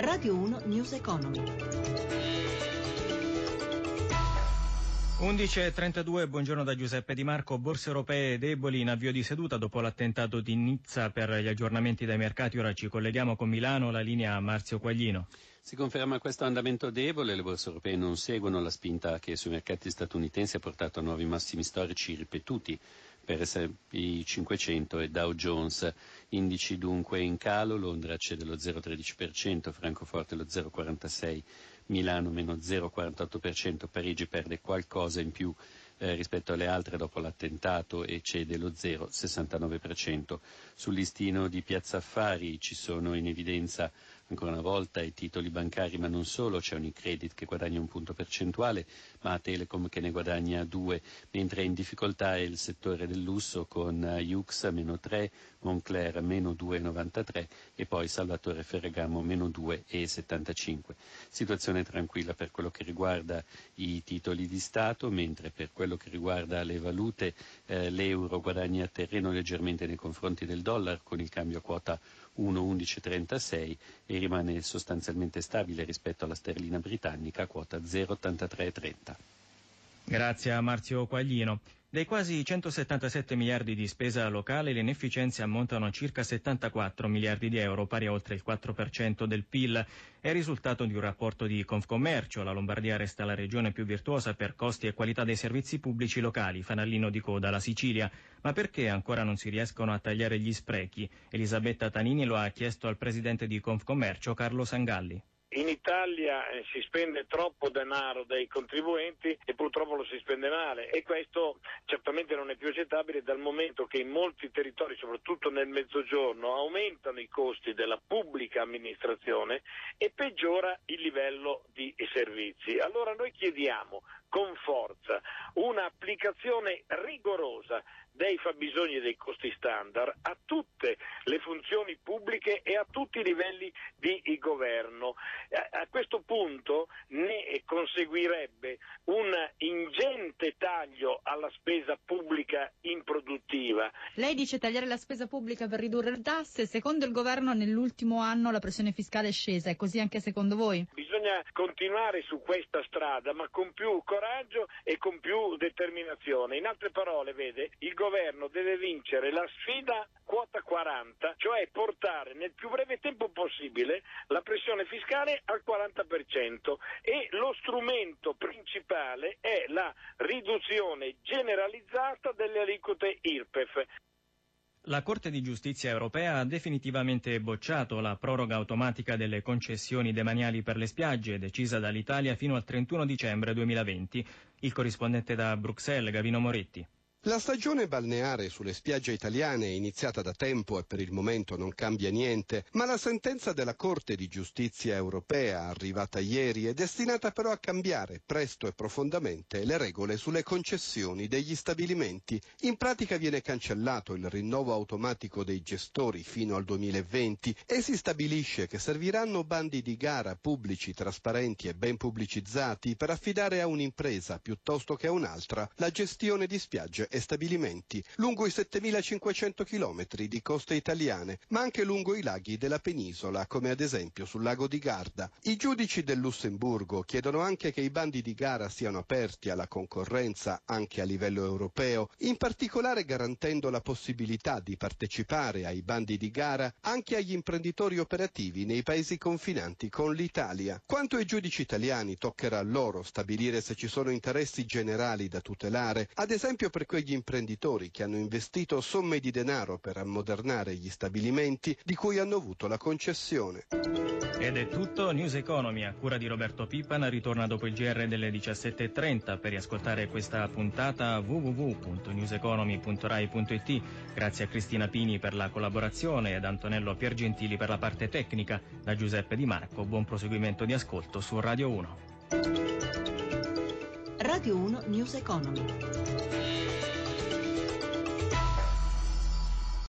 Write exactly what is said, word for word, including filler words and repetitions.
Radio uno News Economy. undici e trentadue, buongiorno da Giuseppe Di Marco. Borse europee deboli in avvio di seduta dopo l'attentato di Nizza. Per gli aggiornamenti dai mercati ora ci colleghiamo con Milano, la linea Marzio Quaglino. Si conferma questo andamento debole, le borse europee non seguono la spinta che sui mercati statunitensi ha portato a nuovi massimi storici ripetuti per S and P cinquecento e Dow Jones, indici dunque in calo. Londra cede lo zero virgola tredici per cento, Francoforte lo zero virgola quarantasei per cento, Milano meno zero virgola quarantotto per cento, Parigi perde qualcosa in più eh, rispetto alle altre dopo l'attentato e cede lo zero virgola sessantanove per cento. Sul listino di Piazza Affari ci sono in evidenza ancora una volta i titoli bancari, ma non solo. C'è Unicredit che guadagna un punto percentuale, ma Telecom che ne guadagna due, mentre in difficoltà è il settore del lusso con Yux meno tre, Moncler meno due virgola novantatré e poi Salvatore Ferragamo meno due virgola settantacinque. Situazione tranquilla per quello che riguarda i titoli di Stato, mentre per quello che riguarda le valute eh, l'euro guadagna terreno leggermente nei confronti del dollaro con il cambio a quota uno virgola undici trentasei e rimane sostanzialmente stabile rispetto alla sterlina britannica a quota zero virgola ottantatré trenta. Grazie a Marzio Quaglino. Dei quasi centosettantasette miliardi di spesa locale, le inefficienze ammontano a circa settantaquattro miliardi di euro, pari a oltre il quattro per cento del P I L. È il risultato di un rapporto di Confcommercio. La Lombardia resta la regione più virtuosa per costi e qualità dei servizi pubblici locali, fanalino di coda la Sicilia. Ma perché ancora non si riescono a tagliare gli sprechi? Elisabetta Tanini lo ha chiesto al presidente di Confcommercio, Carlo Sangalli. In Italia eh, si spende troppo denaro dai contribuenti e purtroppo lo si spende male, e questo certamente non è più accettabile dal momento che in molti territori, soprattutto nel mezzogiorno, aumentano i costi della pubblica amministrazione e peggiora il livello di servizi. Allora noi chiediamo con forza un'applicazione rigorosa dei fabbisogni e dei costi standard a tutte le funzioni pubbliche e a tutti i livelli di governo. A, a questo punto ne conseguirebbe un ingente taglio alla spesa pubblica improduttiva. Lei dice tagliare la spesa pubblica per ridurre le tasse. Secondo il governo nell'ultimo anno la pressione fiscale è scesa, è così anche secondo voi? Bisogna continuare su questa strada, ma con più coraggio e con più determinazione. In altre parole, vede, il governo deve vincere la sfida quota quaranta, cioè portare nel più breve tempo possibile la pressione fiscale al quaranta per cento, e lo strumento principale è la riduzione generalizzata delle aliquote I R P E F. La Corte di Giustizia europea ha definitivamente bocciato la proroga automatica delle concessioni demaniali per le spiagge, decisa dall'Italia fino al trentuno dicembre duemilaventi. Il corrispondente da Bruxelles, Gavino Moretti. La stagione balneare sulle spiagge italiane è iniziata da tempo e per il momento non cambia niente, ma la sentenza della Corte di Giustizia europea, arrivata ieri, è destinata però a cambiare presto e profondamente le regole sulle concessioni degli stabilimenti. In pratica viene cancellato il rinnovo automatico dei gestori fino al duemilaventi e si stabilisce che serviranno bandi di gara pubblici, trasparenti e ben pubblicizzati per affidare a un'impresa piuttosto che a un'altra la gestione di spiagge e stabilimenti lungo i settemilacinquecento chilometri di coste italiane, ma anche lungo i laghi della penisola, come ad esempio sul lago di Garda. I giudici del Lussemburgo chiedono anche che i bandi di gara siano aperti alla concorrenza anche a livello europeo, in particolare garantendo la possibilità di partecipare ai bandi di gara anche agli imprenditori operativi nei paesi confinanti con l'Italia. Quanto ai giudici italiani, toccherà a loro stabilire se ci sono interessi generali da tutelare, ad esempio per quegli imprenditori che hanno investito somme di denaro per ammodernare gli stabilimenti di cui hanno avuto la concessione. Ed è tutto. News Economy a cura di Roberto Pippan ritorna dopo il G R delle diciassette e trenta. Per riascoltare questa puntata w w w punto news economy punto rai punto it. Grazie a Cristina Pini per la collaborazione ed Antonello Piergentili per la parte tecnica. Da Giuseppe Di Marco, buon proseguimento di ascolto su Radio uno. Radio uno News Economy.